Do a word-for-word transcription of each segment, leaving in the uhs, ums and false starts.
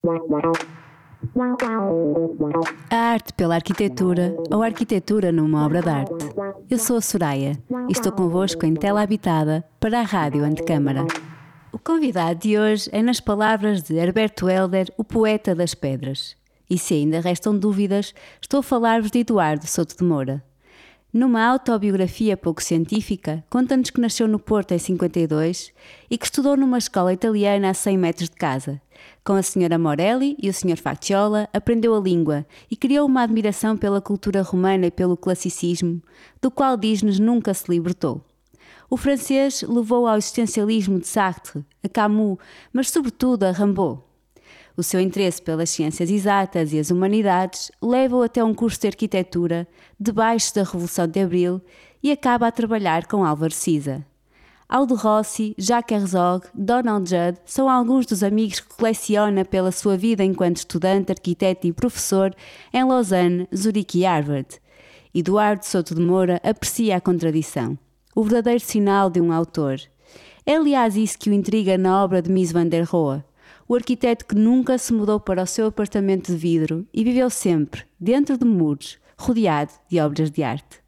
A arte pela arquitetura ou a arquitetura numa obra de arte. Eu sou a Soraya e estou convosco em Tela Habitada para a Rádio Antecâmara. O convidado de hoje é nas palavras de Herberto Helder, o poeta das pedras. E se ainda restam dúvidas, estou a falar-vos de Eduardo Souto de Moura. Numa autobiografia pouco científica, conta-nos que nasceu no Porto em cinquenta e dois e que estudou numa escola italiana a cem metros de casa. Com a senhora Morelli e o senhor Faccciola, aprendeu a língua e criou uma admiração pela cultura romana e pelo classicismo, do qual diz-nos nunca se libertou. O francês levou ao existencialismo de Sartre, a Camus, mas sobretudo a Rimbaud. O seu interesse pelas ciências exatas e as humanidades leva-o até um curso de arquitetura, debaixo da Revolução de Abril, e acaba a trabalhar com Álvaro Siza. Aldo Rossi, Jacques Herzog, Donald Judd são alguns dos amigos que coleciona pela sua vida enquanto estudante, arquiteto e professor em Lausanne, Zurique e Harvard. Eduardo Souto de Moura aprecia a contradição, o verdadeiro sinal de um autor. É aliás isso que o intriga na obra de Mies van der Rohe, o arquiteto que nunca se mudou para o seu apartamento de vidro e viveu sempre, dentro de muros, rodeado de obras de arte.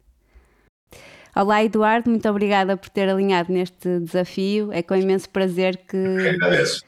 Olá Eduardo, muito obrigada por ter alinhado neste desafio, é com imenso prazer que... Eu agradeço.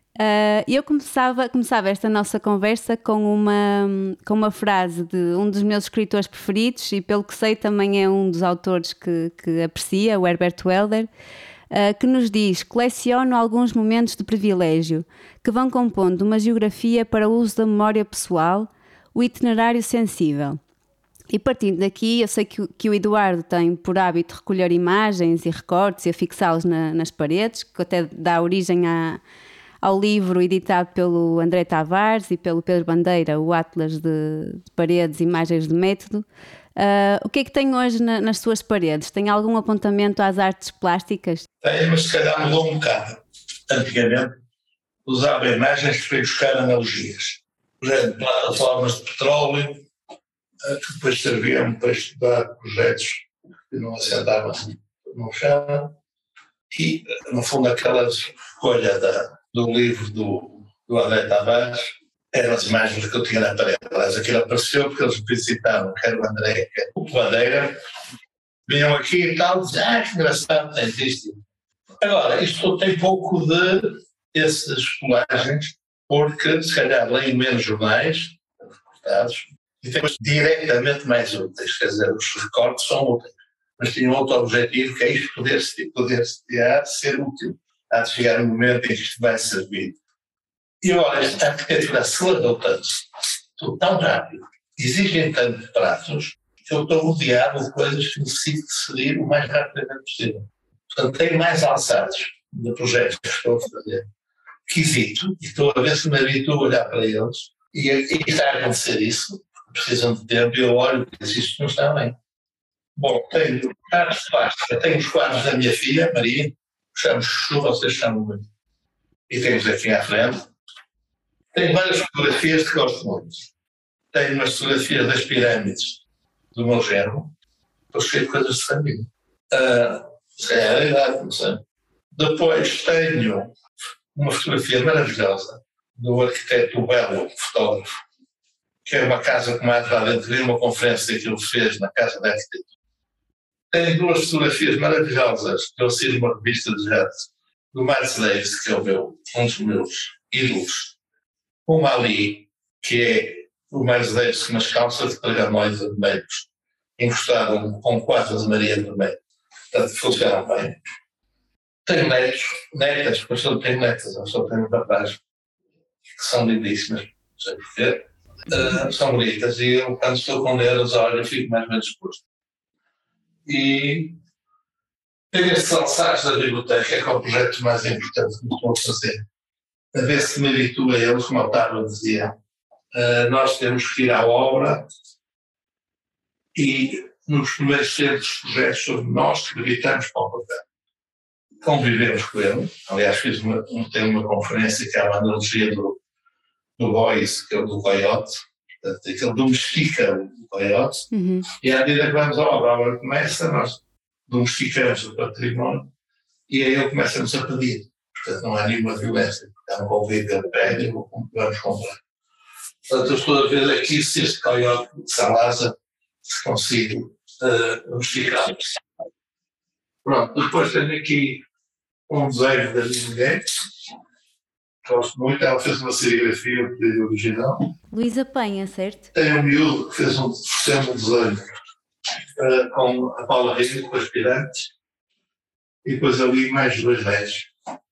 Uh, eu começava, começava esta nossa conversa com uma, com uma frase de um dos meus escritores preferidos e pelo que sei também é um dos autores que, que aprecia, o Herberto Helder, Uh, que nos diz: coleciono alguns momentos de privilégio que vão compondo uma geografia para o uso da memória pessoal, o itinerário sensível. E partindo daqui, eu sei que, que o Eduardo tem por hábito recolher imagens e recortes e afixá-los na, nas paredes, que até dá origem a, ao livro editado pelo André Tavares e pelo Pedro Bandeira, o Atlas de, de Paredes, Imagens de Método. Uh, o que é que tem hoje na, nas suas paredes? Tem algum apontamento às artes plásticas? Tem, mas se calhar mudou um bocado. Antigamente usava imagens para ir buscar analogias. Por exemplo, plataformas de petróleo, que depois serviam para estudar projetos que não assentavam no chão. E, no fundo, aquela escolha da, do livro do, do André Tavares eram as imagens que eu tinha na parede. Aliás, aquilo apareceu porque eles visitavam, quer o André, quer o Bandeira, vinham aqui e tal, diziam, ah, que engraçado, tem isto. Agora, isto tem pouco de essas colagens, porque se calhar leem menos jornais, reportados, e temos diretamente mais úteis, quer dizer, os recortes são úteis, mas tinham outro objetivo, que é isto poder-se poder -se ser útil, há de chegar um momento em que isto vai servir. E olha, esta arquitetura acelerou tanto, tão rápido, exigem tanto prazos, que eu estou rodeado de coisas que necessito seguir o mais rapidamente possível. Portanto, tenho mais alçados de projetos que estou a fazer, que evito, e estou a ver se me habituo a olhar para eles, e, e está a acontecer isso, precisam de tempo, e eu olho e digo, isto não está bem. Bom, tenho quadros plásticos, tenho os quadros da minha filha, Maria, chamamos Chuva, vocês chamam muito, e temos aqui à frente. Tenho várias fotografias que gosto muito. Tenho umas fotografias das pirâmides do meu género, estou cheio de coisas de família. Uh, se é a realidade, não sei. Depois tenho uma fotografia maravilhosa do arquiteto Belo, fotógrafo, que é uma casa que mais lá dentro de uma conferência que ele fez na Casa da Arquitetura. Tenho duas fotografias maravilhosas que eu sigo numa revista de arte do Miles Davis, que é o meu, um dos meus ídolos. Uma ali, que é o Miles Davis com umas calças de pergamoides vermelhos, encostado com quadros de Maria vermelha. Portanto, funcionam bem. Tenho netos, netas, porque eu só tenho netas, eu só tenho rapazes, que são lindíssimas, não sei porquê, uh, são bonitas, e eu, quando estou com elas, olho, fico mais bem disposto. E tenho estes alçares da biblioteca, que é o projeto mais importante que estou a fazer. A ver se me habitua a eles, como a Otávio dizia. Uh, nós temos que ir à obra e nos primeiros tempos dos projetos sobre nós que gravitamos para o papel. Convivemos com ele. Aliás, fiz uma, um, tenho uma conferência que é uma analogia do, do Boyce, que é o do coiote, portanto, aquele domestica o coiote, uhum. E à medida que vamos à obra, a obra começa, nós domesticamos o património e aí ele começa-nos a pedir. Portanto, não há nenhuma violência. É um convite de prédio, vamos comprar. Portanto, eu estou a ver aqui se este coiote de Salazar se consigo uh, justificar. Pronto, depois tenho aqui um desenho da minha mulher, gosto muito, ela fez uma serigrafia de original. Luísa Penha, certo? Tem um miúdo que fez um, fez um desenho uh, com a Paula Reis, com as pirantes, e depois ali mais dois velhos.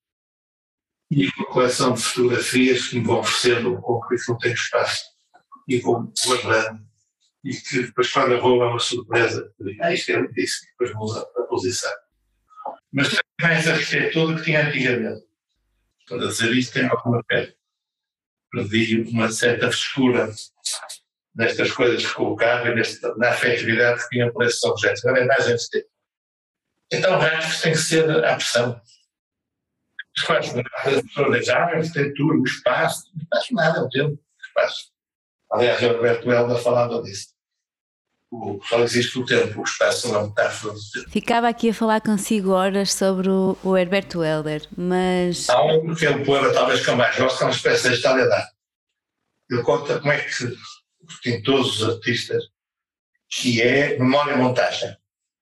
E uma coleção de fotografias que me vão oferecendo com que não tem espaço e com guardando. E que depois, quando eu vou, é uma surpresa. Eu digo, ah, isto é lindíssimo, depois muda a posição. Mas tem mais arquitetura que tinha antigamente. Para dizer isto, tem alguma pena. Perdi uma certa frescura nestas coisas que colocava e nesta, na afetividade que tinha por esses objetos. Agora é mais arquitetura. Então, o resto tem que ser a pressão. As pessoas dizem, ah, a arquitetura, o espaço, não faz nada, o tempo, o espaço. Aliás, o Alberto Helder falava disso. O, só existe o tempo, o espaço não é uma metáfora do tempo. Ficava aqui a falar consigo horas sobre o, o Herberto Helder, mas... Há um que é um poema, talvez que eu mais gosto, que é uma espécie de história da arte. Ele conta como é que os pintores, os artistas, que é memória e montagem.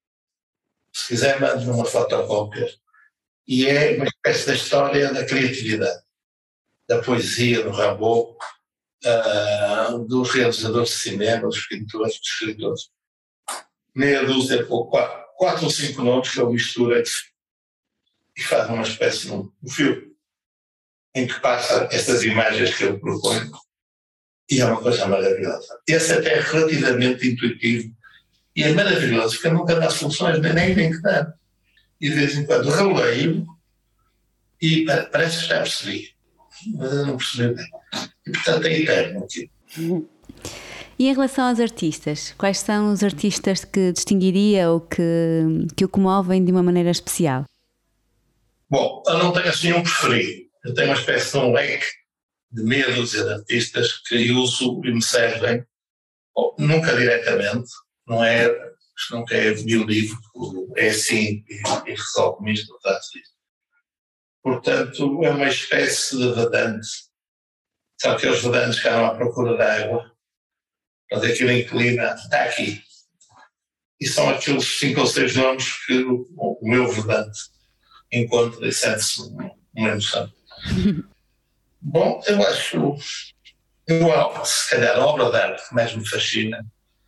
Se quiser, mande uma fotocópia. E é uma espécie da história da criatividade, da poesia, do Rimbaud, uh, dos realizadores de cinema, dos pintores, dos escritores. Meia dúzia, ou quatro, quatro ou cinco nomes que ele mistura e faz uma espécie de um, um filme em que passa estas imagens que ele propõe e é uma coisa maravilhosa. Esse até é relativamente intuitivo e é maravilhoso porque nunca dá soluções, nem nem que dá. E de vez em quando releio e parece que já percebi, mas eu não percebi bem. E portanto é eterno aqui. E em relação aos artistas, quais são os artistas que distinguiria ou que, que o comovem de uma maneira especial? Bom, eu não tenho assim um preferido. Eu tenho uma espécie de um leque de meia dúzia de artistas que uso e me servem, bom, nunca diretamente, não é, isto nunca é de um livro, é assim e, e resolve-me isto, não está isto. Portanto, é uma espécie de vedante. São aqueles vedantes que andam à procura de água, mas aquilo inclina, está aqui. E são aqueles cinco ou seis nomes que o, o meu vedante encontra e sente-se uma emoção. Bom, eu acho, eu, se calhar a obra de arte que mais me fascina,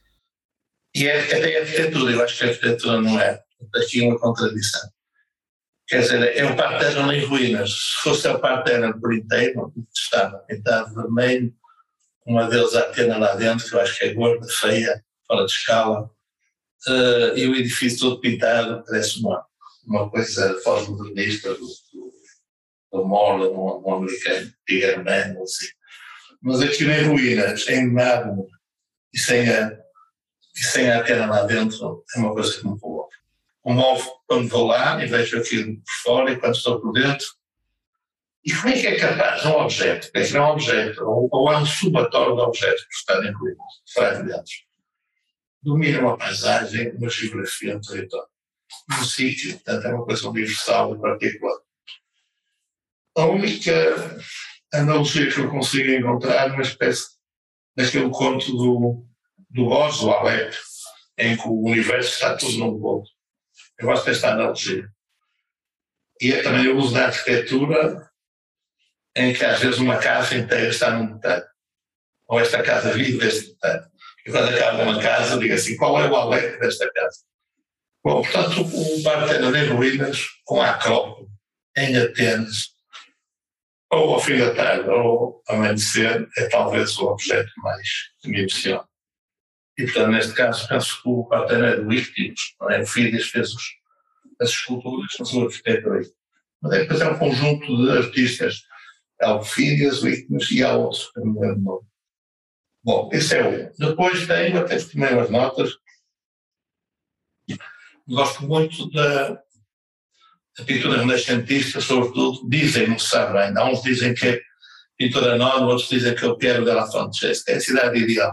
e é até a arquitetura, eu acho que a arquitetura não é aqui uma contradição. Quer dizer, é o Parthenon em ruínas. Se fosse o Parthenon por inteiro, estava pintado vermelho, uma deusa Atena lá dentro, que eu acho que é gorda, feia, fora de escala, uh, e o edifício todo pintado, parece uma, uma coisa pós-modernista do, do, do Morley, um, um americano, Tigerman, assim. Mas aquilo em ruínas, em mármore, e sem a, e sem a Atena lá dentro, é uma coisa que me coloca. Comove quando vou lá e vejo aquilo por fora e quando estou por dentro. E como é que é capaz um objeto, que é um objeto, ou, ou é um subatório de objetos que estão em ruínas, fragmentos, domina uma paisagem, uma geografia, um território, um sítio, portanto é uma coisa universal e particular. A única analogia que eu consigo encontrar é uma espécie daquele conto do, do Oz, do Aleppo, em que o universo está tudo num ponto. Eu gosto desta analogia. E é também o uso da arquitetura em que às vezes uma casa inteira está num detalhe. Ou esta casa vive deste detalhe. E quando acaba uma casa, digo assim, qual é o Aleppo desta casa? Bom, portanto, o Parthenon em ruínas, com a Acrópole, em Atenas, ou ao fim da tarde, ou ao amanhecer, é talvez o objeto mais que me emociona. E, portanto, neste caso, penso que o Parthenon é do Íctios, não é? O Fídias fez os, as esculturas na sua arquitetura. Mas é, depois é um conjunto de artistas. Há o Fídias, o Íctios e há outros, que não me lembro o nome. Bom, esse é um. Depois tenho, até tomei umas notas, gosto muito da, da pintura renascentista, sobretudo, dizem, não se sabe ainda. Há uns dizem que é pintura nova, outros dizem que é o Piero della Francesca, é a cidade ideal.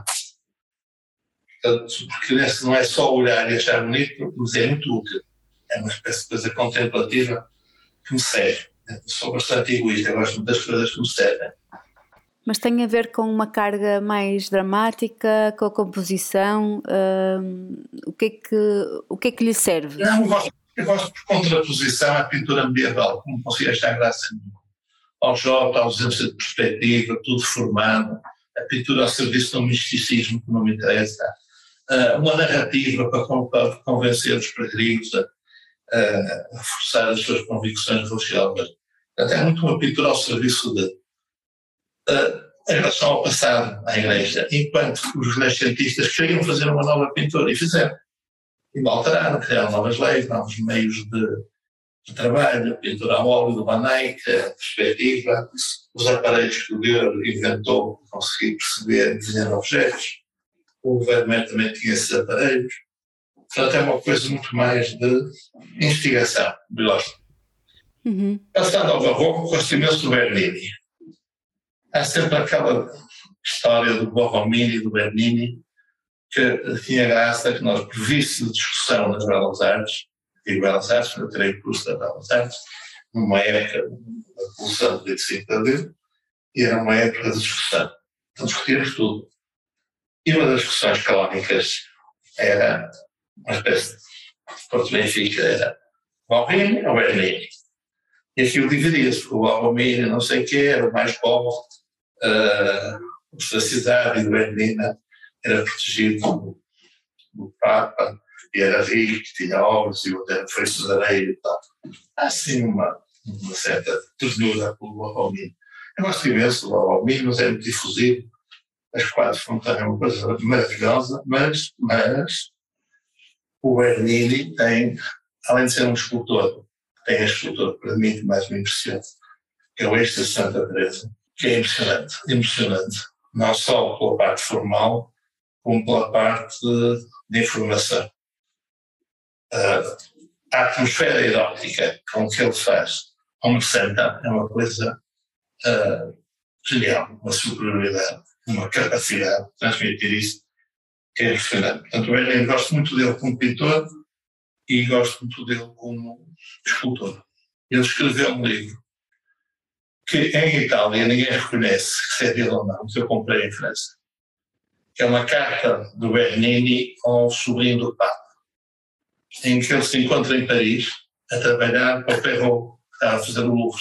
Porque nesse não é só olhar e achar bonito, mas é muito útil. É uma espécie de coisa contemplativa que me serve. Sou bastante egoísta, eu gosto das coisas que me servem. Mas tem a ver com uma carga mais dramática, com a composição? Hum, o, que é que, o que é que lhe serve? Não, eu gosto, eu gosto por contraposição à pintura medieval, como consigo achar graça nenhuma. Ao jogo, à ausência de perspectiva, tudo formado, a pintura ao serviço de um misticismo que não me interessa, uh, uma narrativa para, para convencer os peregrinos a, a forçar as suas convicções religiosas. Até muito uma pintura ao serviço de uh, em relação ao passado, à Igreja, enquanto os renascentistas queriam fazer uma nova pintura e fizeram. E não alteraram, criaram novas leis, novos meios de, de trabalho, a pintura a óleo do Van Eyck, a perspectiva, os aparelhos que o Deus inventou para conseguir perceber e desenhar objetos. O Vermeer também tinha esses aparelhos. Portanto, é uma coisa muito mais de investigação biológica. Uhum. Passando ao barroco, gosto imenso do Bernini. Há sempre aquela história do Borromini e do Bernini que tinha graça, que nós, por vício de discussão nas Belas Artes, e Belas Artes, eu terei curso das Belas Artes, numa época da Revolução de vinte e cinco de Abril, e era uma época de discussão. Então discutíamos tudo. E uma das discussões canónicas era uma espécie de Porto Benfica, era Borromini ou Bernini. E aquilo dividia-se, porque o Borromini não sei o que era o mais pobre uh, da cidade, e o Bernini era protegido do, do Papa, e era rico, tinha obras, e até foi cesareiro e tal. Há assim uma, uma certa ternura pelo Borromini. Eu gosto imenso do Borromini, mas é muito difusivo. As quadros são também uma coisa maravilhosa, mas, mas o Bernini tem, além de ser um escultor, tem a escultura que para mim mais me impressiona, que é o Eixo de Santa Teresa, que é impressionante, impressionante, não só pela parte formal, como pela parte de, de informação. Uh, a atmosfera erótica com que ele faz como senta é uma coisa uh, genial, uma superioridade, uma capacidade de transmitir isso que é impressionante. Portanto, eu gosto muito dele como pintor e gosto muito dele como escultor. Ele escreveu um livro que em Itália ninguém reconhece se é dele ou não, que eu comprei em França. Que é uma carta do Bernini ao sobrinho do Papa, em que ele se encontra em Paris a trabalhar para o Perrault, que estava a fazer o Louvre,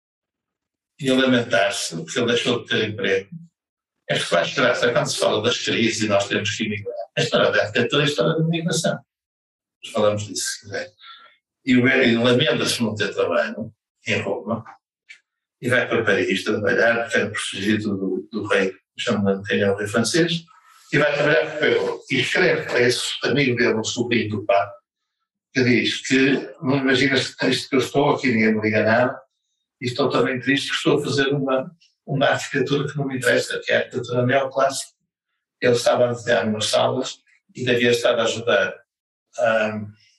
e a lamentar-se porque ele deixou de ter emprego. Esta faz graça quando se fala das crises e nós temos que emigrar. A história da arquitetura é a história da imigração. Nós falamos disso, se quiser. E o Bernini lamenta-se por não ter trabalho em Roma e vai para Paris trabalhar, porque era protegido do, do rei, chamado quem é o rei francês, e vai trabalhar para o Perrault. E escreve para esse amigo dele, um sobrinho do Papa, que diz que não imaginas que triste que eu estou, aqui ninguém me liga nada, e estou também triste que estou a fazer uma, uma arquitetura que não me interessa, que é a arquitetura neoclássica. Ele estava a desenhar umas salas e devia estar a ajudar a,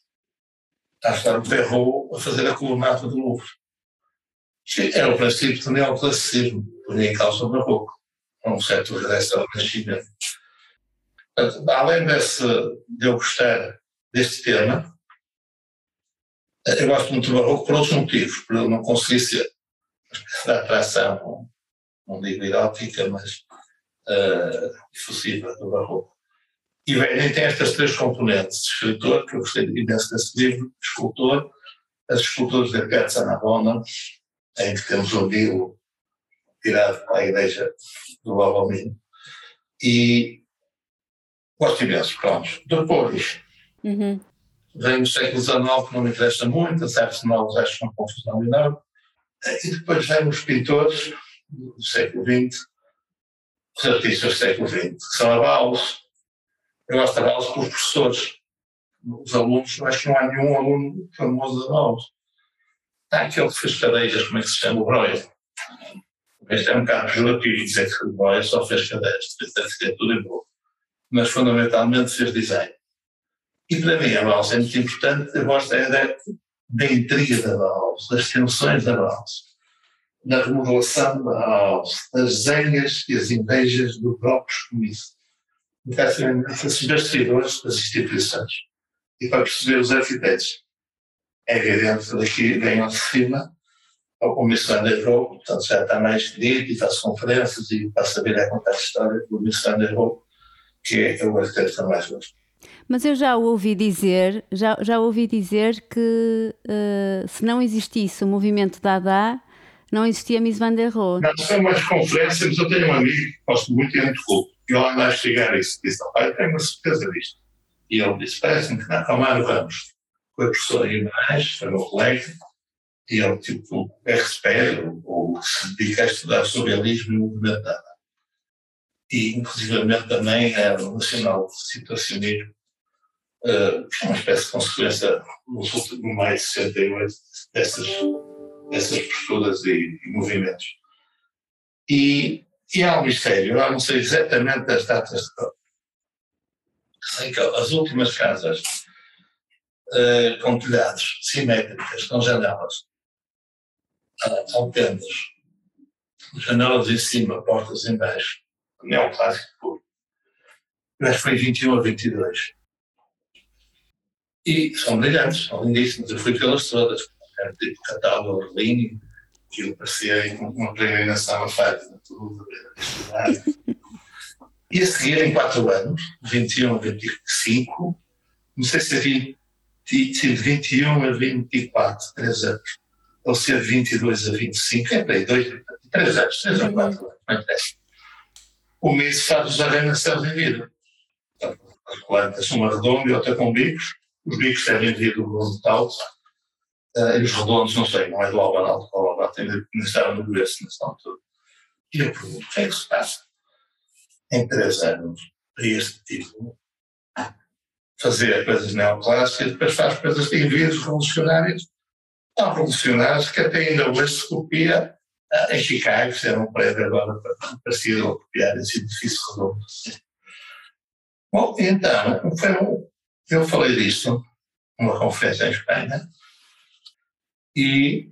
a ajudar o Perrault a fazer a colunata do Louvre. Que era o princípio do neoclassicismo, punha em causa o barroco, um setor dessa renascimento. Além desse, de eu gostar deste tema, eu gosto muito do barroco por outros motivos, por eu não conseguir ser da atração, não, não digo erótica, mas uh, difusiva do barroco. E bem, tem estas três componentes: escritor, que eu gostei imenso desse livro, escultor, as esculturas da Piazza Navona, em que temos um Nilo virado para a igreja do Borromini, e gosto imenso, pronto. Depois, uhum. Vem do século dezenove, que não me interessa muito, as artes novas acho que são confusão enorme, e depois vem os pintores do século vinte, os artistas do século vinte, que são avalos. Eu gosto de avalos pelos professores. Os alunos, eu acho que não há nenhum aluno famoso de avalos. Há aquele que fez cadeiras, como é que se chama? O Breuer. Este é um bocado pejorativo dizer que o Breuer só fez cadeiras, fez arquitetura e boa, mas fundamentalmente fez design. E para mim a Bauhaus é muito importante. Eu gosto é da, da intriga da Bauhaus, das tensões da Bauhaus, da remodelação da Bauhaus, das zengas e as invejas do próprio comício. Esses bastidores das instituições. E para perceber os arquitetos, é evidente que daqui ganham de cima o Miss Van der Rohe, portanto já está mais escrito e faz conferências e passa a vir a contar a história do Miss Van der Rohe, que é o arquiteto que eu mais gosto. Mas eu já ouvi dizer, já, já ouvi dizer que uh, se não existisse o movimento Dada, não existia Miss Van der Rohe. Não, foi umas conferências, mas eu tenho um amigo que gosto muito e é muito culto, e ele anda a chegar isso, disse, pai, eu tenho uma certeza disto. E ele disse, parece-me que na Camargo Ramos, com a professora Guimarães, foi meu colega, e ele, tipo, é respeito, ou se dedica a estudar surrealismo e o movimento Dada. E, inclusivamente, também era o nacional situacionismo, uh, uma espécie de consequência nos últimos mais de sessenta e oito dessas, dessas posturas e, e movimentos. E, e há um mistério, eu não sei exatamente as datas de cor. Sei que as últimas casas uh, com telhados simétricas, com janelas, uh, com tendas, janelas em cima, portas em baixo, neoclássico puro. Eu acho que foi vinte e um a vinte e dois. E são brilhantes, são lindíssimas. Eu fui pelas todas. Era tipo catálogo Orlini, que eu parecia uma peregrinação a Fátima, tudo a estudar. E a seguir, em quatro anos, vinte e um a vinte e cinco, não sei se é vinte, de vinte e um a vinte e quatro, três anos, ou se é vinte e dois a vinte e cinco, é para aí, dois, três anos, três ou quatro anos, não interessa. O mês faz os arranha-céus em vida. As plantas, uma redonda e outra com bicos. Os bicos devem vir do metal, uh, e os redondos, não sei, não é do Albanal, o Albanal ainda estava no berço nessa altura. E eu pergunto, o que é que se passa em três anos para este tipo fazer coisas neoclássicas e depois faz coisas de envios revolucionários, tão revolucionários que até ainda hoje se copia uh, em Chicago, que era um prédio agora parecido a copiar esse edifício redondo. Bom, então, foi um, eu falei disto numa conferência em Espanha e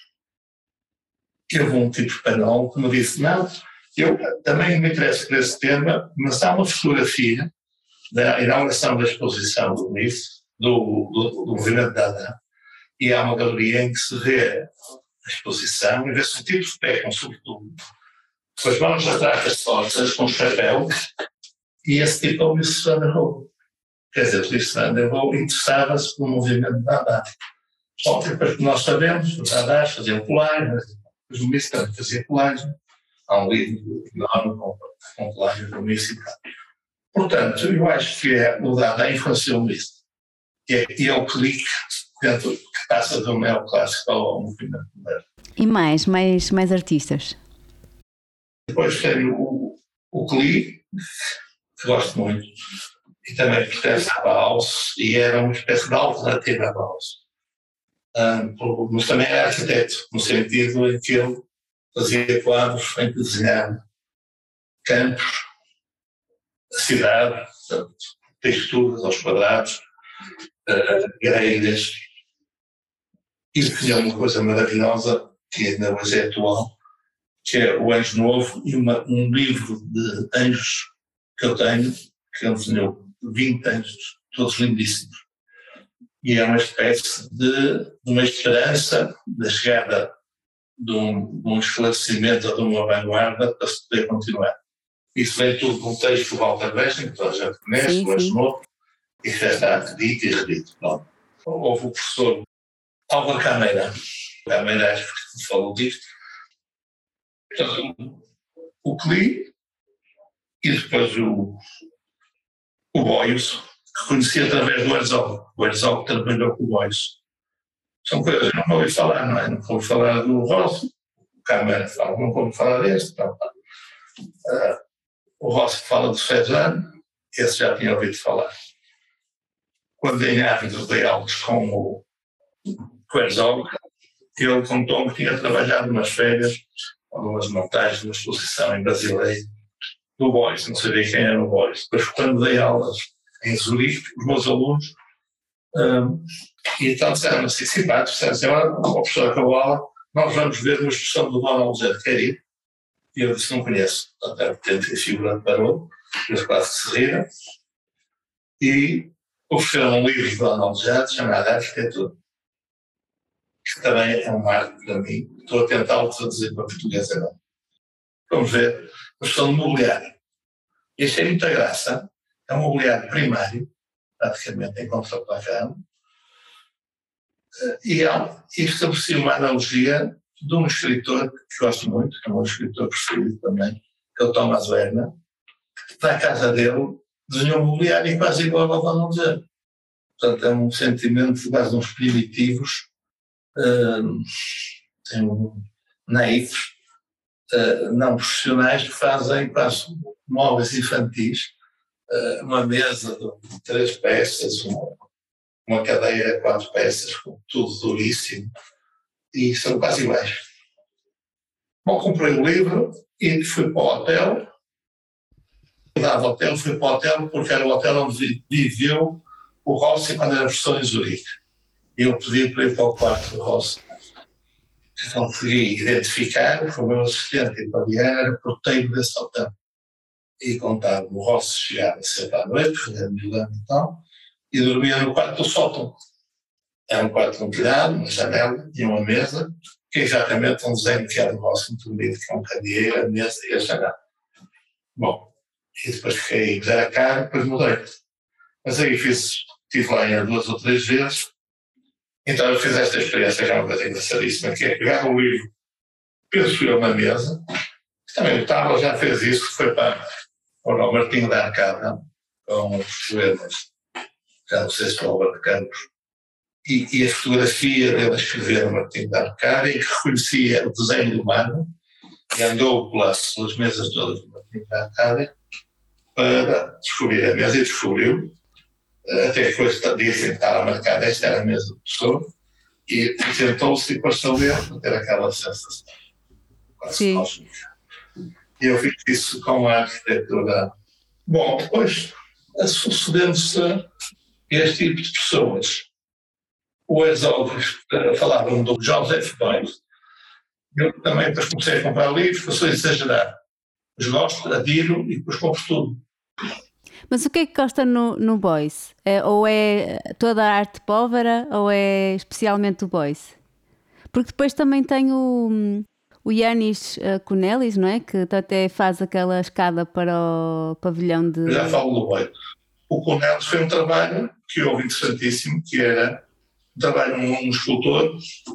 houve um tipo espanhol que me disse, não, eu também me interesso por esse tema, mas há uma fotografia da inauguração da exposição do M I F, do, do, do movimento Dada, e há uma galeria em que se vê a exposição e vê-se um tipo de pé, com sobretudo, com as mãos atrás das costas, com o chapéu, e esse tipo é o Miss Van der Rohe. Quer dizer, o Miss Van der Rohe interessava-se pelo movimento Dada. Bom, depois que nós sabemos, os Dadás faziam colagens, o Miss também fazia colagens. Há um livro enorme com, com colagens do Miss e tal. Portanto, eu acho que é, o Dada influenciou isso. E é, e é o clique dentro, que passa do neoclássico ao movimento moderno. E mais, mais, mais artistas? Depois tenho o, o clique, que gosto muito, e também pertence à Bauhaus, e era uma espécie de alternativa à Bauhaus. Um, mas também era arquiteto, no sentido em que ele fazia quadros em que desenhava campos, a cidade, portanto, texturas aos quadrados, uh, grelhas, e desenhou uma coisa maravilhosa, que ainda hoje é atual, que é o Anjo Novo, e uma, um livro de anjos que eu tenho, que ele desenhou vinte anjos, todos lindíssimos. E é uma espécie de, de uma esperança da chegada de um, de um esclarecimento ou de uma vanguarda para se poder continuar. Isso vem tudo num texto do Walter Benjamin, que toda a gente conhece, o Anjo Novo, e já está redito e redito. Não. Houve o professor Álvaro Cameira, Cameira acho que falou disto. Portanto, o Cli e depois o, o Boios, que conheci através do Herzog. O Herzog trabalhou com o Boios. São coisas que não ouvi falar, não é? Não ouvi falar do Rossi, o Câmara fala, não ouvi falar deste. Tá, tá. Uh, o Rossi fala do Cezanne, esse já tinha ouvido falar. Quando em Ávila dei aulas com o, com o Herzog, ele contou-me que tinha trabalhado umas férias, algumas montagens, uma exposição em Basileia, do Boios, não sabia quem era o Boios. Depois, quando dei aulas em Zurique, os meus alunos, um, e então disseram assim, simpáticos, disseram assim, olha, o professor acabou a aula, nós vamos ver uma expressão do Donald Zé de Querir. E eu disse, não conheço. Portanto, era porque a figurante parou, eles quase se riram, e ofereceram um livro de Donald Zé chamado Arquitetura. que também é um marco para mim. Estou a tentá-lo traduzir para português agora. Vamos ver, a questão do mobiliário. Este é muita graça, é um mobiliário primário, praticamente em contraplacado, e, e estabeleci uma analogia de um escritor que gosto muito, que é um escritor preferido também, que é o Thomas Werner, que na casa dele desenhou um mobiliário quase igual ao Van Gogh. Portanto, é um sentimento quase uns primitivos, uh, um, naivos, uh, não profissionais, que fazem quase móveis infantis, uh, uma mesa de três peças, uma, uma cadeira de quatro peças, com tudo duríssimo, e são quase iguais. Bom, comprei o livro e fui para o hotel. Dava hotel, fui para o hotel porque era o hotel onde viveu o Rossi quando era professor em Zurique. E eu pedi para ir para o quarto do Rossi. Então consegui identificar com o meu assistente italiano, era porteiro desse hotel. E contava o Rossi chegava cedo à noite, fazia Milano e tal, e dormia no quarto do sótão. Era um quarto com telhado, uma janela e uma mesa, que é exatamente um desenho que era o Rossi, muito bonito, que é um candeeiro, a mesa e a janela. Bom, e depois fiquei a dar a cara, depois mudei. Mas aí fiz, estive lá ainda duas ou três vezes, então eu fiz esta experiência, já uma coisa engraçadíssima, que é pegar o livro, penso eu na mesa, que também o Tábua já fez isso, que foi para, para o Martinho da Arcada, com os poemas, já não sei se foi o Álvaro de Campos, e, e a fotografia dele a escrever no Martinho da Arcada, e que reconhecia o desenho do Mano, e andou pelas, pelas mesas todas do Martinho da Arcada, para descobrir a mesa, e descobriu, até que depois dizem que estava marcada, esta era a mesa do professor, e sentou-se e pôs-se a ler, para ter aquela sensação quase cósmica. E eu fiz isso com a arquitetura. Bom, depois, sucedendo-se este tipo de pessoas, o exógrafo falavam do Joseph Beuys, eu também depois comecei a comprar livros, passou a exagerar. Mas gosto, adiro e depois compro tudo. Mas o que é que gosta no, no Beuys? É, ou é toda a arte povera ou é especialmente o Beuys? Porque depois também tem o, o Yanis Konelis, não é? Que até faz aquela escada para o pavilhão de... Eu já falo do Beuys. O Konelis foi um trabalho que houve interessantíssimo, que era um trabalho de um escultor,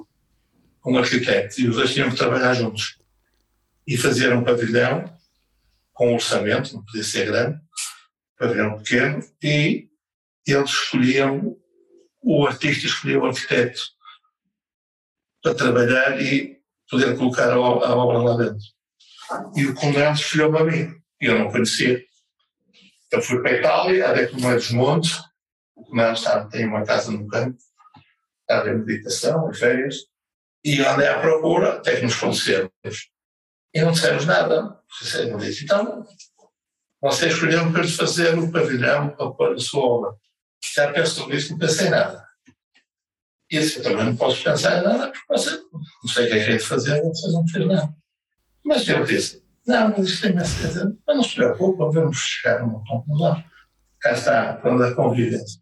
um arquiteto, e os dois tinham que trabalhar juntos. E fazer um pavilhão com um orçamento, não podia ser grande, pavilhão pequeno, e eles escolhiam, o artista escolhia o arquiteto para trabalhar e poder colocar a, a obra lá dentro. E o Konelis escolheu-me a mim, e eu não conhecia. Então fui para a Itália, até que no meio dos montes, o Konelis tem uma casa no campo, estava em meditação, em férias, e andei à procura, até que nos conhecemos. E não dissemos nada. Eu disse, então, você escolheu para fazer o pavilhão para pôr a sua obra. Já pensou nisso, não pensei nada. E disse, eu também não posso pensar em nada, porque você não sei o que é que é de fazer, vocês não fez nada. Mas eu disse, não, mas isto tem mais certeza. Mas não se preocupe, vamos chegar a uma conclusão. Cá está, quando a convivência.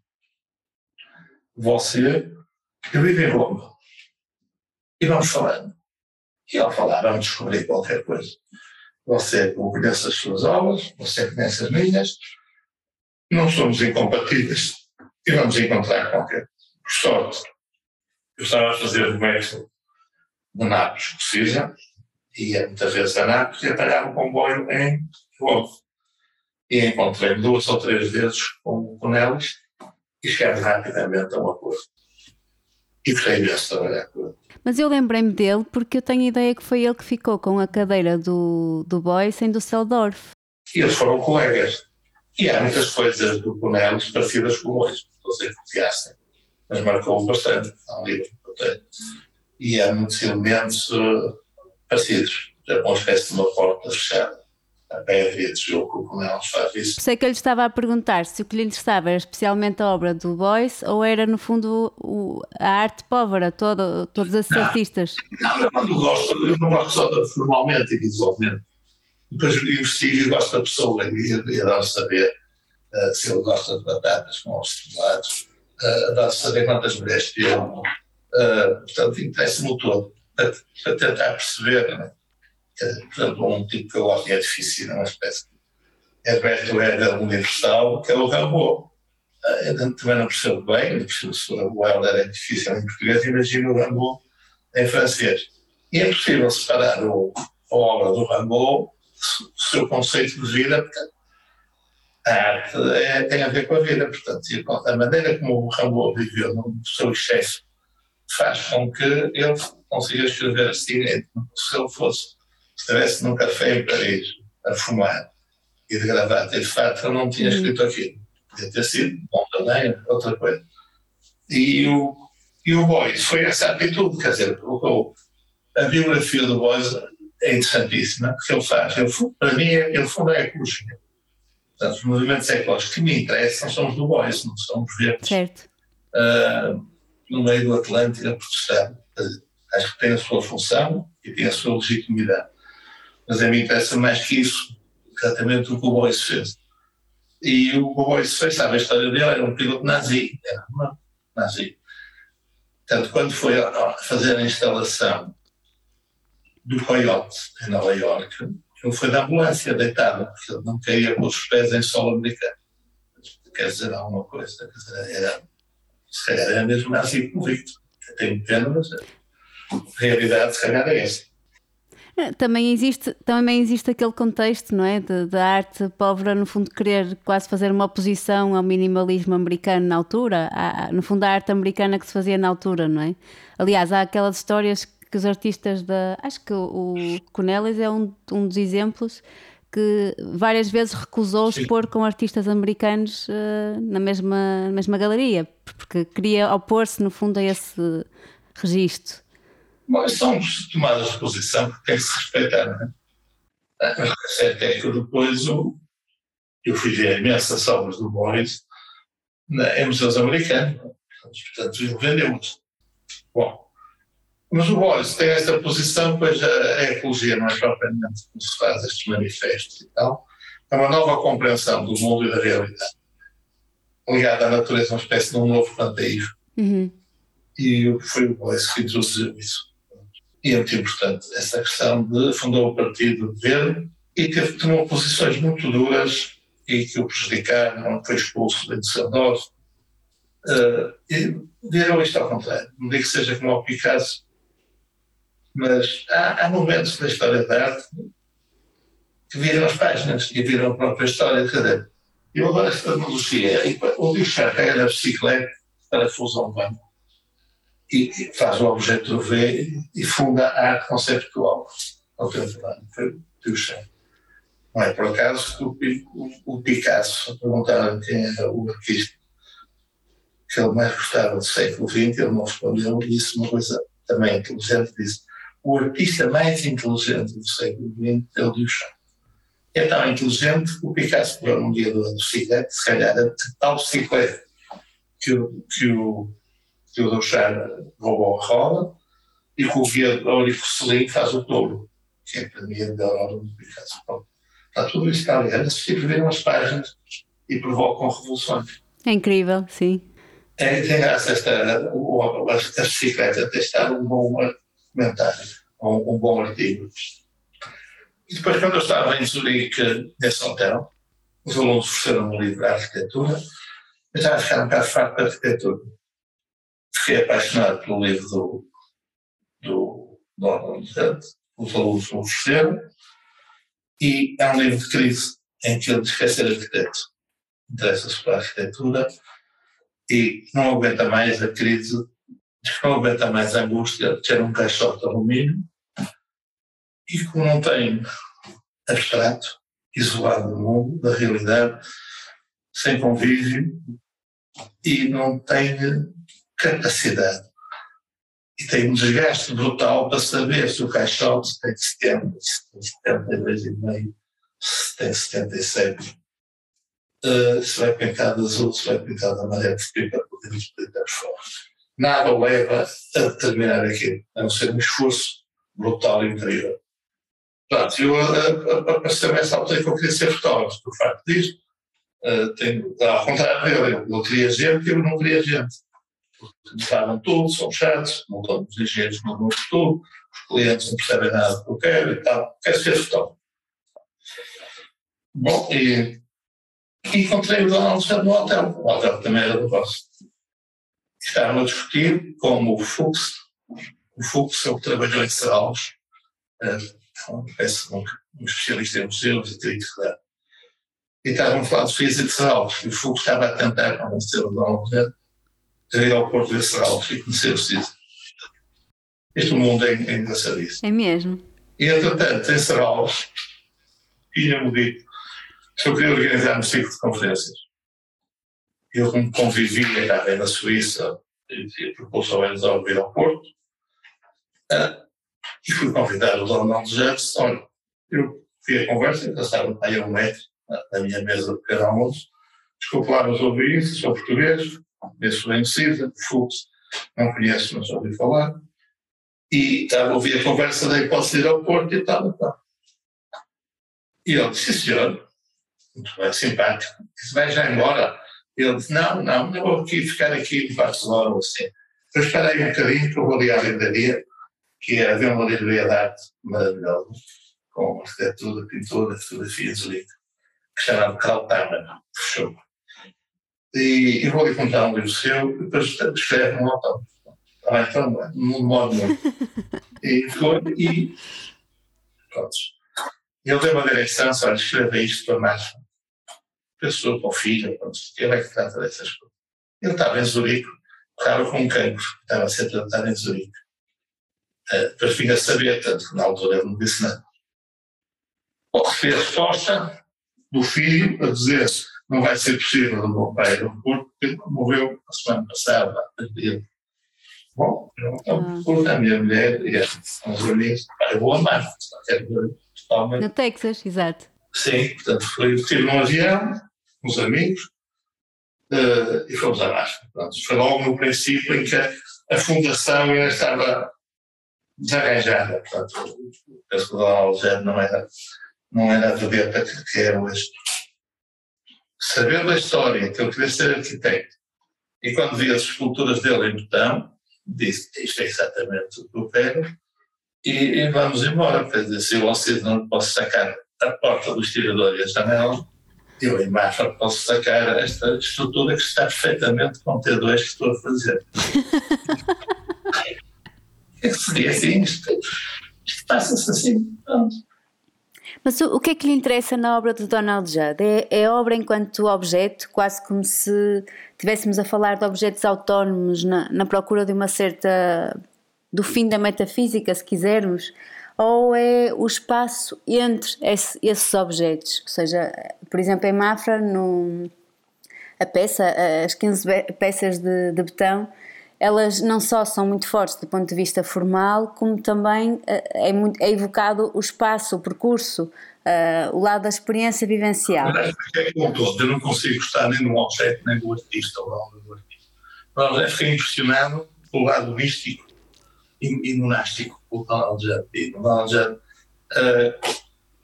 Você, eu vivo em Roma. E vamos falando. E ao falar, vamos descobrir qualquer coisa. Você conhece as suas obras, você conhece as minhas, não somos incompatíveis e vamos encontrar qualquer. Por sorte, eu estava a fazer o método de Nápoles, precisa, ia muitas vezes a Nápoles e apanhava um comboio em Roma. E encontrei-me duas ou três vezes com o Konelis e chegámos rapidamente a uma coisa. E gostei imenso de trabalhar com ele. Mas eu lembrei-me dele porque eu tenho a ideia que foi ele que ficou com a cadeira do, do Beuys em Düsseldorf. E eles foram colegas. E há muitas coisas do Konelis parecidas com o Beuys. Não sei que conhecem, mas marcou bastante. Há um livro que eu tenho. E há muitos elementos uh, parecidos. É uma espécie de uma porta fechada. A pedra e a tijolo que o Konelis faz isso. Sei que eu lhe estava a perguntar se o que lhe interessava era especialmente a obra do Beuys ou era, no fundo, o, a arte povera, todo, todos esses não, artistas. Não, eu não gosto, eu não gosto só de, formalmente e visualmente. Depois investigo e gosto da pessoa e, e adoro saber uh, se ele gosta de batatas com os telados, uh, adoro saber quantas mulheres teve, uh, Uh, portanto, interessa-me o todo, para, para tentar perceber, né? Que, por exemplo, um tipo que eu gosto é difícil, é uma espécie de Herberto Herrera universal, que é o Rambo. Uh, eu também não percebo bem, não percebo se o Wilder é difícil em português, imagino o Rambo em francês. E é possível separar o, a obra do Rambo do seu conceito de vida, porque a arte é, tem a ver com a vida, portanto, a maneira como o Rambo viveu no seu excesso faz com que ele consiga escrever assim, se ele fosse, se estivesse num café em Paris a fumar e de gravata e de fato, ele não tinha escrito aquilo. Podia ter sido bom também, outra coisa. E o, e o Boyce foi essa atitude, quer dizer, o, a biografia do Boyce é interessantíssima, porque ele faz, ele, para mim, ele funda a ecologia. Portanto, os movimentos ecológicos que me interessam são os do Boyce, não são os verdes. Certo. Uh, no meio do Atlântico a protestar. Acho que tem a sua função e tem a sua legitimidade. Mas a mim interessa mais que isso, exatamente o que o Boyce fez. E o que o Boyce fez, sabe, a história dele era um piloto nazi, era uma nazi. Portanto, quando foi a fazer a instalação do Coyote em Nova Iorque, ele foi da ambulância deitado, porque ele não queria pôr os pés em solo americano. Quer dizer alguma coisa, quer dizer, era, se calhar era mesmo nazi convicto. Tenho pena, mas a realidade se calhar é essa. Também existe, também existe aquele contexto, não é? Da arte pobre, no fundo, querer quase fazer uma oposição ao minimalismo americano na altura, há, no fundo, a arte americana que se fazia na altura, não é? Aliás, há aquelas histórias que os artistas da. Acho que o, o Cornelis é um, um dos exemplos que várias vezes recusou expor com artistas americanos uh, na, mesma, na mesma galeria, porque queria opor-se, no fundo, a esse registro. Bom, são tomadas de posição que tem que se respeitar, não é? Mas o certo é que depois eu, eu fui ver imensas obras do Boyce em museus americanos, portanto, ele vendeu-os. Bom, mas o Boyce tem esta posição, pois a, a ecologia não é propriamente como se faz estes manifestos e tal, é uma nova compreensão do mundo e da realidade, ligada à natureza, uma espécie de um novo panteísmo. Uhum. E foi o Boyce que introduziu isso. E é muito importante essa questão de fundou o Partido Verde e teve, tomou posições muito duras e que o prejudicaram, foi expulso de Düsseldorf. Uh, e viram isto ao contrário. Não digo que seja como o Picasso, mas há, há momentos da história da arte que viram as páginas e viram a própria história. Cadê? Eu agora esta analogia, o Duchamp pega na bicicleta para a fusão banco e faz o objeto V e funda a arte conceptual contemporânea. Foi o Duchamp. Não é por acaso que o, o, o Picasso, perguntaram quem era o artista que ele mais gostava do século vinte, ele não respondeu, e disse uma coisa também inteligente, disse: o artista mais inteligente do século vinte é o Duchamp. É tão inteligente que o Picasso pegou num dia do bicicleta, se calhar a tal bicicleta que o, que o, que o Duchamp roubou a roda, e que o guia de Aurifocelin faz o touro, que é para mim a melhor obra do Picasso. Então, está tudo isso cá ali. Esses tipos viram as páginas e provocam revoluções. É incrível, sim. É, tem graça esta, o, a, a bicicleta ter estado um bom comentário, um, um bom artigo. E depois, quando eu estava em Zurique, nesse hotel, os alunos ofereceram um livro de arquitetura, eu estava a ficar um bocado farto de arquitetura. Fiquei apaixonado pelo livro do, do Donald Hunt, os alunos me ofereceram, e é um livro de crise, em que ele diz que quer ser arquiteto. Interessa-se pela arquitetura e não aguenta mais a crise, diz que não aguenta mais a angústia de ter um caixote de alumínio e como não tem abstrato, isolado do mundo, da realidade, sem convívio e não tem capacidade. E tem um desgaste brutal para saber se o caixote tem setenta, se tem setenta e dois e meio, se tem setenta e sete. Uh, se vai pintado de azul, se vai pintado de amarelo, para podermos pintar fora. Nada o leva a determinar aquilo, a não ser um esforço brutal e interior. Pronto, eu apareceu-me essa altura que eu queria ser fotógrafo, por facto disto. Uh, tenho, ao contrário dele, ele queria gente e eu não queria gente. porque estavam tudo, são chatos, não estão os engenheiros não dão tudo, os clientes não percebem nada do que eu quero e tal, quer ser fotógrafo. Bom, e, e encontrei o Donald Trump no hotel, o hotel também era do vosso. Estavam a discutir como o Fux, o Fux é o que trabalhou em Serralves, parece um, um especialista em museus e crítica. E estavam a falar de física de Serralves, e o Fux estava a tentar convencer o Donald Trump a ir ao Porto de Serralves e conhecer o sítio. Este mundo é, é engraçadíssimo. É mesmo. E, entretanto, em Serralves, tinha-me dito que eu queria organizar um ciclo de conferências. Eu, como convivia, estava na Suíça, e, e propus ao Enzo vir ao Porto, uh, e fui convidar o Donald Trump. Olha, eu fui a conversa, já estava aí a um metro, na, na minha mesa de pequeno almoço. Desculpe lá, mas ouvi isso, sou português, conheço bem o Cisa, Fux, não conheço, mas ouvi falar. E estava a ouvir a conversa da hipótese de ir ao Porto e tal, e tal. E ele disse, sim, senhor, muito bem, simpático, disse, vai já embora? E ele disse, não, não, não vou aqui, ficar aqui em Barcelona ou assim. Eu espera aí um bocadinho que eu vou ali à livraria, que é haver uma livraria de arte maravilhosa, com arquitetura, pintura, fotografia de Zurique, que se chama Krauthammer, fechou. E, e vou ali comprar um livro seu, e depois escreve um autor. Ah, então, não demora muito. E foi, e pronto. Ele deu uma direção, só escreve isto para mais pessoa, para o filho, pronto. Ele é que trata dessas coisas. Ele estava em Zurique, estava com um cancro, estava a ser tratado em Zurique. Uh, depois vim a saber, tanto que na altura ele não disse nada. Bom, recebi a resposta do filho a dizer não vai ser possível o meu pai no Porto, porque ele morreu a semana passada. Bom, então, por a minha mulher e as amigas, eu vou amar, totalmente. No Texas, exato. Sim, portanto, fui, estive num avião, com os amigos, uh, e fomos a Máscara. Foi logo no princípio em que a, a fundação ainda estava desarranjada. Portanto, penso que o Donald Trump não era, não era a vedeta que é hoje. Sabendo a história, que eu queria ser arquiteto, e quando vi as esculturas dele em betão, disse, isto é exatamente o que eu quero, e, e vamos embora. Quer dizer, se eu vocês não posso sacar a porta do estirador e a janela, eu em Mafra posso sacar esta estrutura que está perfeitamente com o T dois que estou a fazer. É que seria assim, isto, isto passa-se assim, pronto. Mas o, o que é que lhe interessa na obra de Donald Judd? É, é a obra enquanto objeto, quase como se estivéssemos a falar de objetos autónomos na, na procura de uma certa... do fim da metafísica, se quisermos, ou é o espaço entre esse, esses objetos? Ou seja, por exemplo, em Mafra, no, a peça, as quinze peças de, de betão, elas não só são muito fortes do ponto de vista formal, como também é, muito, é evocado o espaço, o percurso, uh, o lado da experiência vivencial. Mas é que como todo, eu não consigo gostar nem do objeto, nem do artista ou da obra do artista. Mas eu fiquei impressionado pelo lado místico e, e monástico do Donald Judd. E o Donald Judd uh,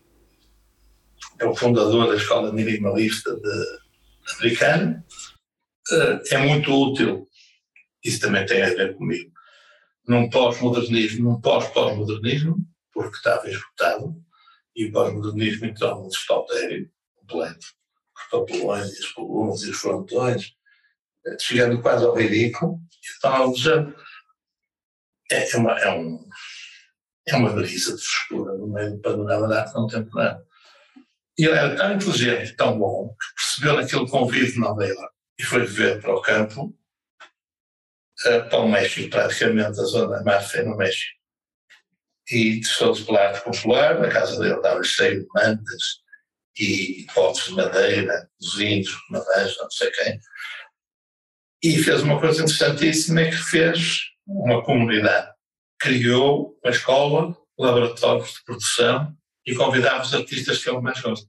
é o fundador da escola minimalista de, americana, uh, é muito útil. Isso também tem a ver comigo. Num pós-modernismo, num pós-pós-modernismo, porque estava esgotado, e o pós-modernismo entrou num despautério completo, os papelões e as colunas e os frontões, chegando quase ao ridículo. Então, já é, uma, é, um, é uma brisa de frescura no meio do panorama da arte contemporânea. E ele era tão inteligente, tão bom, que percebeu naquele convite de Nova Iorque e foi viver para o campo, para o México, praticamente, a zona da Mafra no México. E deixou-se pela arte popular, a casa dele estava cheia de mantas e potes de madeira, dos índios, madeiras, não sei quem. E fez uma coisa interessantíssima, é que fez uma comunidade. Criou uma escola, laboratórios de produção e convidava os artistas que ele mais gosta.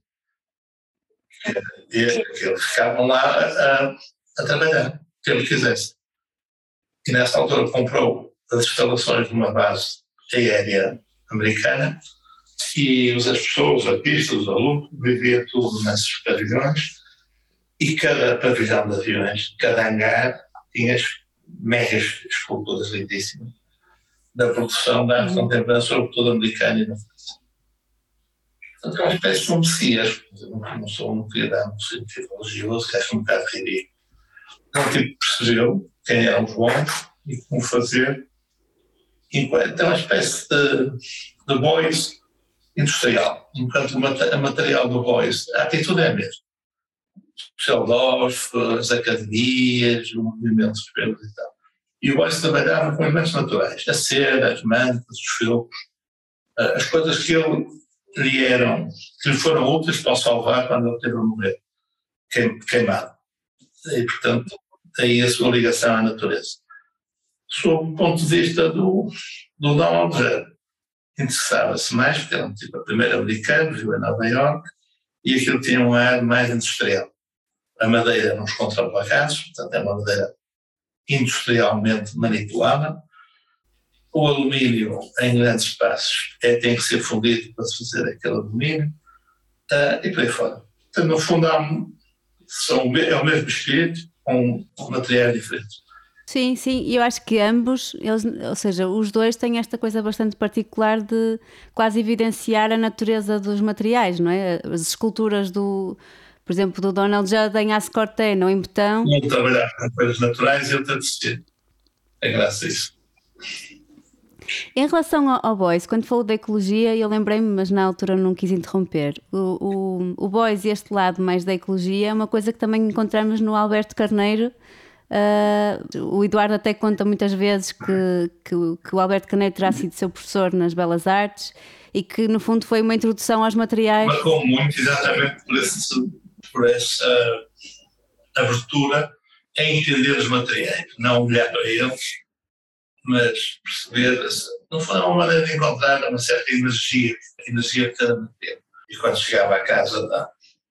E eles ficavam lá a, a, a trabalhar, o que ele quisesse. E nessa altura comprou as instalações de uma base aérea americana e as pessoas, os artistas, os alunos, viviam tudo nesses pavilhões e cada pavilhão de aviões, cada hangar tinha mega esculturas lindíssimas da produção da arte contemporânea, sobretudo americana e na França. Portanto, é uma espécie de um messias. Eu não sou um criadão, um científico religioso, que acho um bocado ridículo. É um tipo que percebeu quem eram os bons e como fazer. Enquanto é uma espécie de, de voice industrial. Enquanto o material do voice, a atitude é a mesma. Os pseudógrafos, as academias, os movimentos pelos e tal. E o voice trabalhava com elementos naturais. A cera, as mantas, os felpos, as coisas que ele, lhe eram, que lhe foram úteis para o salvar quando ele teve a morrer, queimado. E, portanto, daí a sua ligação à natureza. Sob o ponto de vista do, do Donald Judd, interessava-se mais, porque era um tipo a primeiro americano, viveu em Nova Iorque, e aquilo tinha um ar mais industrial. A madeira nos contraplacados, portanto é uma madeira industrialmente manipulada. O alumínio em grandes espaços é, tem que ser fundido para se fazer aquele alumínio, uh, e por aí fora. Então, no fundo, há um, são, é o mesmo espírito, com, com materiais diferentes. Sim, sim, e eu acho que ambos, eles, ou seja, os dois têm esta coisa bastante particular de quase evidenciar a natureza dos materiais, não é? As esculturas do, por exemplo, do Donald Judd em aço corteno, em betão. Um trabalhar com coisas naturais e outro a descer. É graças a isso. Em relação ao, ao Beuys, quando falou da ecologia, eu lembrei-me, mas na altura não quis interromper. O, o, o Beuys, este lado mais da ecologia, é uma coisa que também encontramos no Alberto Carneiro. Uh, o Eduardo até conta muitas vezes que, que, que o Alberto Carneiro terá sido seu professor nas Belas Artes e que no fundo foi uma introdução aos materiais. Marcou muito exatamente por, esse, por essa abertura a entender os materiais, não olhar para eles, mas perceber, não foi uma maneira de encontrar uma certa energia, energia de cada material. E quando chegava à casa da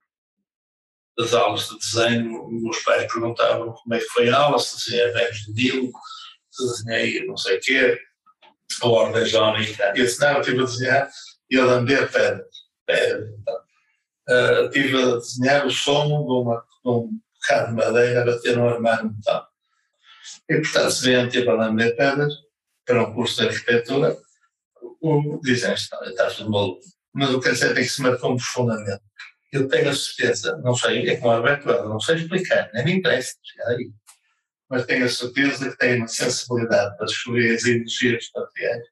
das aulas de desenho, meus pais perguntavam como é que foi a aula, se desenhei velhos de Nilo, se desenhei não sei o quê, a ordem jónica. Eu ensinava, estive a desenhar e a lamber pedras. pedras então. uh, estive a desenhar o som de, uma, de um bocado de madeira a bater num armário de metal. E, portanto, se vê estive a lamber pedras para um curso de arquitetura, o dizem, estás de maluco. Mas o que é certo é que se marcou profundamente. Eu tenho a certeza, não sei, é como a Alberto, não sei explicar, nem me interessa chegar aí, mas tenho a certeza que tem uma sensibilidade para descobrir as energias dos materiais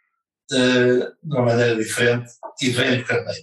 de, de uma maneira diferente e vem do Carneiro.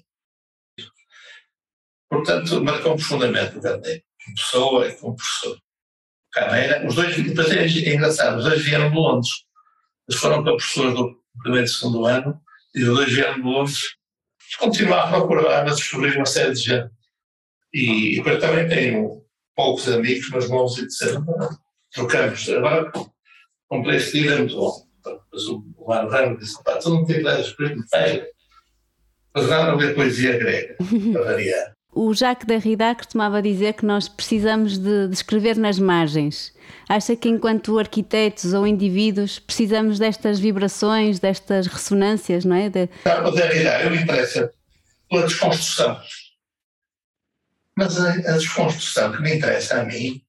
Portanto, marcou profundamente o Carneiro, como pessoa e como professor. Carneiro, os dois, depois é, é engraçado, os dois vieram de Londres, eles foram para professores do primeiro e segundo ano, e os dois vieram de Londres. Continuar a procurar, mas descobrir uma série de gente. E, e depois também tenho poucos amigos, mas bons, e disseram, trocamos. Agora, comprei este livro, é muito bom. Mas o Mano Ramos disse, pá, tu não tens nada escrito, feio. Mas agora não ler poesia grega, para variar. O Jacques Derrida costumava dizer que nós precisamos de, de escrever nas margens. Acha que enquanto arquitetos ou indivíduos precisamos destas vibrações, destas ressonâncias, não é? De... Não, o Derrida, eu me interessa pela desconstrução. Mas a, a desconstrução que me interessa a mim,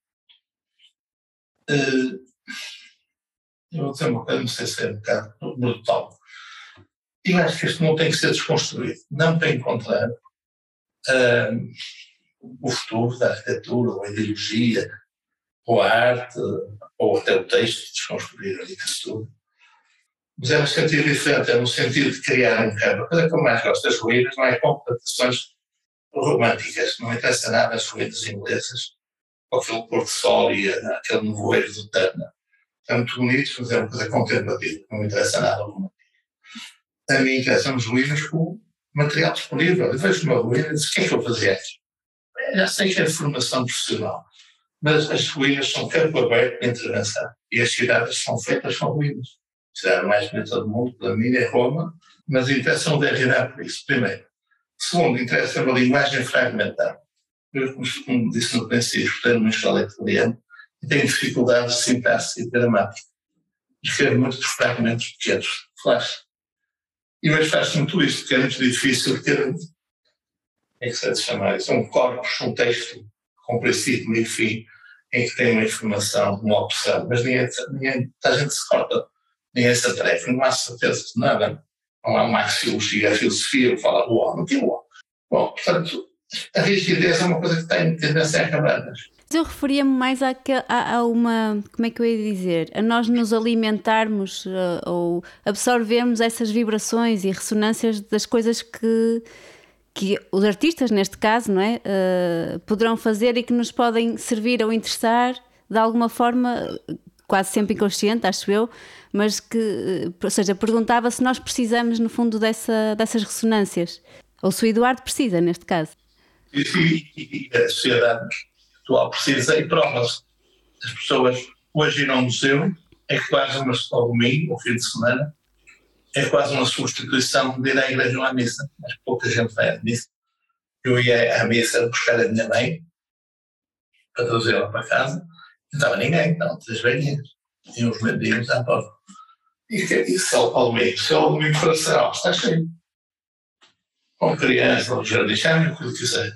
uh, eu vou dizer uma coisa, não sei se é um bocado brutal. Eu acho que isto não tem que ser desconstruído. Não para encontrar Uh, o futuro da arquitetura, ou a ideologia, ou a arte, ou até o texto, desconstruir a literatura. Mas é no sentido diferente, é no sentido de criar um campo. A coisa que eu mais gosto das ruínas não é completações românticas, não interessa nada as ruínas inglesas, ou aquele pôr-do-sol e aquele nevoeiro do Tana. É muito bonito, mas é uma coisa contemplativa, não me interessa nada o romântico. A mim interessam as ruínas com material disponível. Eu vejo uma ruína e digo, o que é que eu fazia aqui? Já sei que é formação profissional, mas as ruínas são campo aberto de intervenção e as cidades são feitas com ruínas. A cidade mais bonita do mundo, para mim, é Roma, mas interessa-me derribar por isso, primeiro. Segundo, interessa-me a linguagem fragmentar. Eu, como disse no princípio, tenho uma escola italiana e tenho dificuldades de sintaxe e gramática. Escrevo muitos fragmentos pequenos, flash. E hoje faz muito isso, porque é muito difícil ter, como é que se deve chamar isso, um corpus, um texto com princípio, meio e fim, em que tem uma informação, uma opção, mas ninguém, ninguém, a gente se corta, ninguém se atreve, não há certeza de nada. Não há uma axiologia, a filosofia que fala do homem, que é o homem. Bom, portanto, a rigidez é uma coisa que tem tendência a acabar. Eu referia-me mais a, a, a uma, como é que eu ia dizer, a nós nos alimentarmos uh, ou absorvermos essas vibrações e ressonâncias das coisas que, que os artistas, neste caso, não é, uh, poderão fazer e que nos podem servir ou interessar de alguma forma, quase sempre inconsciente, acho eu, mas que, ou seja, perguntava se nós precisamos, no fundo, dessa, dessas ressonâncias, ou se o Eduardo precisa, neste caso. E, e, e a sociedade atual precisa e prova-se. As pessoas hoje ir ao museu é quase uma, ao domingo, ao fim de semana, é quase uma substituição de ir à igreja ou à missa, mas pouca gente vai à missa. Eu ia à missa buscar a minha mãe para trazê-la para casa, não estava ninguém, não, três velhinhas, tinham os mendigos à porta. E isso ao domingo, se ao domingo for a está cheio. Com crianças, no jardim, chamem o que quiser.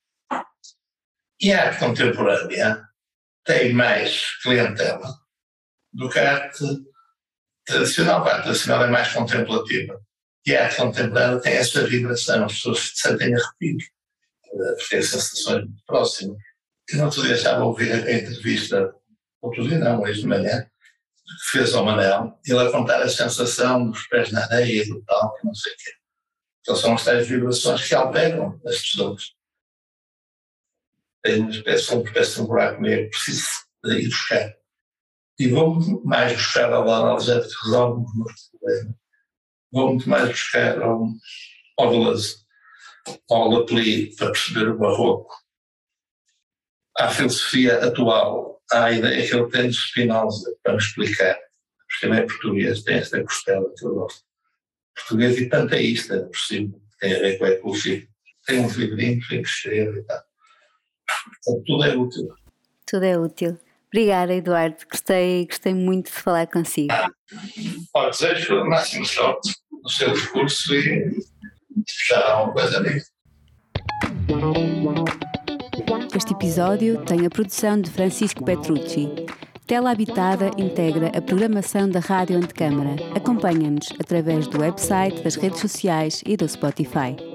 E a arte contemporânea tem mais clientela do que a arte tradicional. A arte tradicional é mais contemplativa. E a arte contemporânea tem essa vibração, as pessoas se sentem arrepios, porque têm sensações muito próximas. E no outro dia estava a ouvir a entrevista, outro dia não, hoje de manhã, que fez ao Manel, ele a contar a sensação dos pés na areia e do tal, que não sei o quê. Então são as tais vibrações que alteram as pessoas. Tem uma espécie, uma espécie de um buraco negro, preciso de ir buscar. E vou muito mais buscar ao analgésico que resolve os meus problemas. Vou muito mais buscar ao, ao Deleuze, ao Lapli, para perceber o barroco. À filosofia atual, à ideia que ele tem de Spinoza, para me explicar. Porque ele é português, tem esta costela que eu gosto. Português e panteísta, por cima, tem a ver com a ecologia. Tem uns livrinhos, tem que escrever e tal. Então, tudo é útil. Tudo é útil. Obrigada, Eduardo. Gostei, gostei muito de falar consigo. Ah, olha, desejo a máxima sorte no seu discurso e já há uma coisa nisso. Este episódio tem a produção de Francisco Petrucci. Tela Habitada integra a programação da Rádio Antecâmara. Acompanha-nos através do website, das redes sociais e do Spotify.